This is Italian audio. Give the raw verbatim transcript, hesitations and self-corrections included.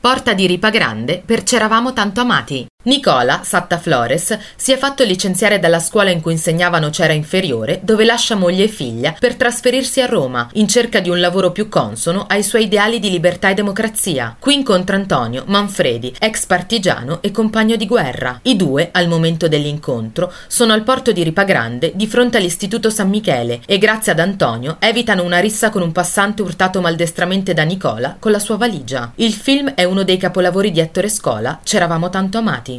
Porta di Ripagrande per C'eravamo tanto amati. Nicola, Satta Flores, si è fatto licenziare dalla scuola in cui insegnava Nocera Inferiore, dove lascia moglie e figlia per trasferirsi a Roma, in cerca di un lavoro più consono ai suoi ideali di libertà e democrazia. Qui incontra Antonio Manfredi, ex partigiano e compagno di guerra. I due, al momento dell'incontro, sono al porto di Ripagrande, di fronte all'Istituto San Michele, e grazie ad Antonio evitano una rissa con un passante urtato maldestramente da Nicola con la sua valigia. Il film è uno dei capolavori di Ettore Scola, C'eravamo tanto amati.